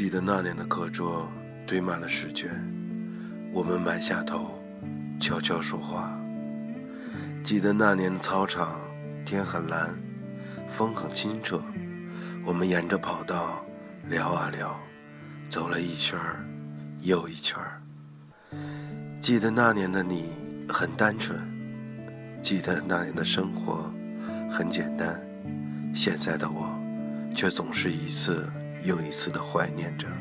记得那年的课桌堆满了试卷，我们埋下头悄悄说话。记得那年的操场，天很蓝，风很清澈，我们沿着跑道聊啊聊，走了一圈又一圈。记得那年的你很单纯，记得那年的生活很简单，现在的我却总是一次又一次地怀念着。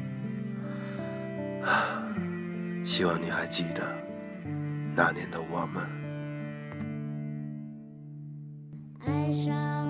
希望你还记得那年的我们。 爱上